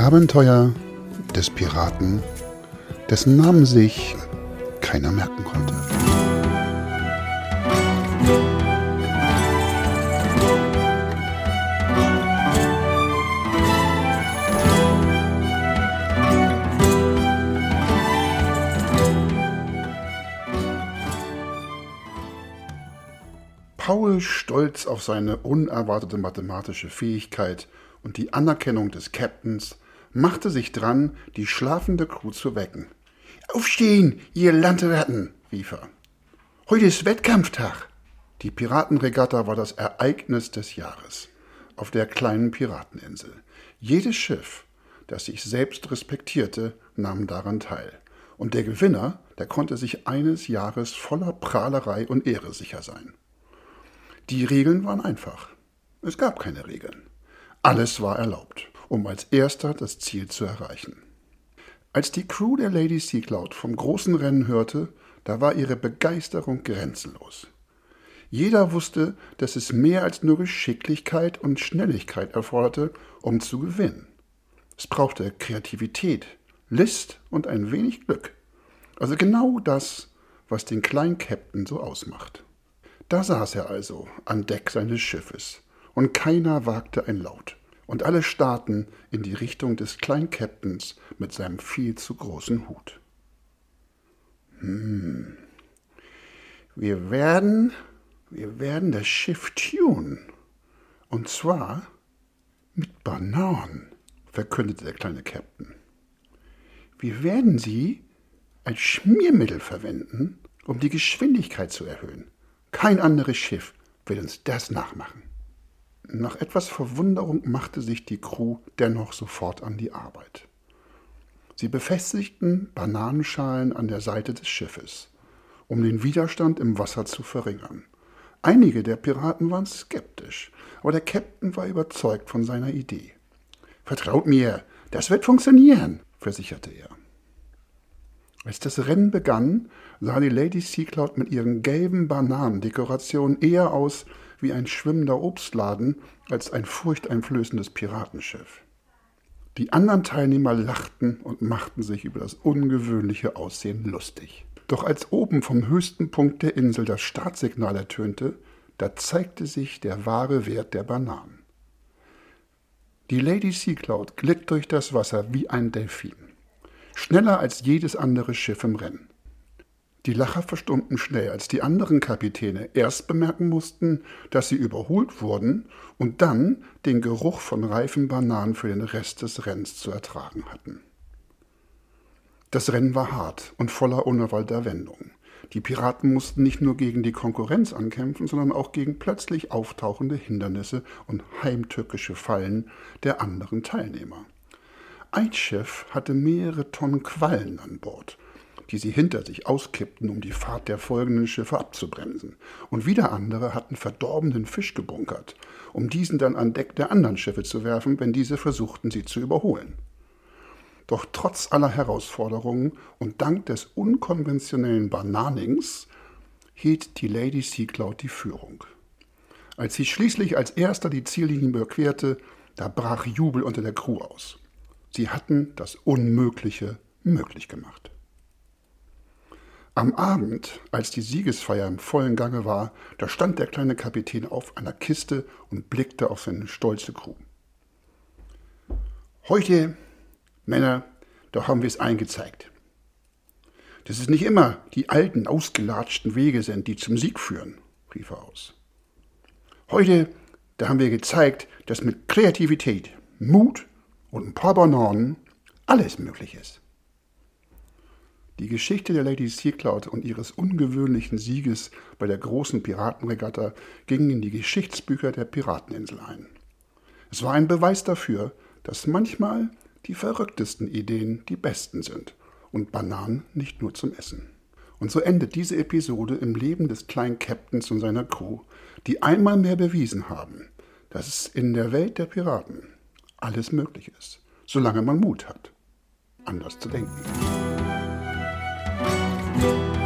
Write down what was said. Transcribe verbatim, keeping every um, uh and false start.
Abenteuer des Piraten, dessen Namen sich keiner merken konnte. Paul, stolz auf seine unerwartete mathematische Fähigkeit und die Anerkennung des Captains, machte sich dran, die schlafende Crew zu wecken. »Aufstehen, ihr Landratten«, rief er. »Heute ist Wettkampftag.« Die Piratenregatta war das Ereignis des Jahres auf der kleinen Pirateninsel. Jedes Schiff, das sich selbst respektierte, nahm daran teil. Und der Gewinner, der konnte sich eines Jahres voller Prahlerei und Ehre sicher sein. Die Regeln waren einfach. Es gab keine Regeln. Alles war erlaubt, um als Erster das Ziel zu erreichen. Als die Crew der Lady Seacloud vom großen Rennen hörte, da war ihre Begeisterung grenzenlos. Jeder wusste, dass es mehr als nur Geschicklichkeit und Schnelligkeit erforderte, um zu gewinnen. Es brauchte Kreativität, List und ein wenig Glück. Also genau das, was den kleinen Captain so ausmacht. Da saß er also an Deck seines Schiffes, und keiner wagte ein Laut, und alle starrten in die Richtung des kleinen Captains mit seinem viel zu großen Hut. Hm, wir werden, wir werden das Schiff tunen, und zwar mit Bananen, verkündete der kleine Captain. Wir werden sie als Schmiermittel verwenden, um die Geschwindigkeit zu erhöhen. Kein anderes Schiff will uns das nachmachen. Nach etwas Verwunderung machte sich die Crew dennoch sofort an die Arbeit. Sie befestigten Bananenschalen an der Seite des Schiffes, um den Widerstand im Wasser zu verringern. Einige der Piraten waren skeptisch, aber der Captain war überzeugt von seiner Idee. »Vertraut mir, das wird funktionieren«, versicherte er. Als das Rennen begann, sah die Lady Seacloud mit ihren gelben Bananendekorationen eher aus wie ein schwimmender Obstladen als ein furchteinflößendes Piratenschiff. Die anderen Teilnehmer lachten und machten sich über das ungewöhnliche Aussehen lustig. Doch als oben vom höchsten Punkt der Insel das Startsignal ertönte, da zeigte sich der wahre Wert der Bananen. Die Lady Seacloud glitt durch das Wasser wie ein Delfin. Schneller als jedes andere Schiff im Rennen. Die Lacher verstummten schnell, als die anderen Kapitäne erst bemerken mussten, dass sie überholt wurden und dann den Geruch von reifen Bananen für den Rest des Rennens zu ertragen hatten. Das Rennen war hart und voller unerwarteter Wendungen. Die Piraten mussten nicht nur gegen die Konkurrenz ankämpfen, sondern auch gegen plötzlich auftauchende Hindernisse und heimtückische Fallen der anderen Teilnehmer. Ein Schiff hatte mehrere Tonnen Quallen an Bord, die sie hinter sich auskippten, um die Fahrt der folgenden Schiffe abzubremsen. Und wieder andere hatten verdorbenen Fisch gebunkert, um diesen dann an Deck der anderen Schiffe zu werfen, wenn diese versuchten, sie zu überholen. Doch trotz aller Herausforderungen und dank des unkonventionellen Bananings hielt die Lady Seacloud die Führung. Als sie schließlich als Erster die Ziellinie überquerte, da brach Jubel unter der Crew aus. Sie hatten das Unmögliche möglich gemacht. Am Abend, als die Siegesfeier im vollen Gange war, da stand der kleine Kapitän auf einer Kiste und blickte auf seine stolze Crew. »Heute, Männer, da haben wir es eingezeigt. Dass es nicht immer die alten, ausgelatschten Wege sind, die zum Sieg führen«, rief er aus. »Heute, da haben wir gezeigt, dass mit Kreativität, Mut und ein paar Bananen alles möglich ist.« Die Geschichte der Lady Seacloud und ihres ungewöhnlichen Sieges bei der großen Piratenregatta ging in die Geschichtsbücher der Pirateninsel ein. Es war ein Beweis dafür, dass manchmal die verrücktesten Ideen die besten sind und Bananen nicht nur zum Essen. Und so endet diese Episode im Leben des kleinen Captains und seiner Crew, die einmal mehr bewiesen haben, dass es in der Welt der Piraten alles möglich ist, solange man Mut hat, anders zu denken.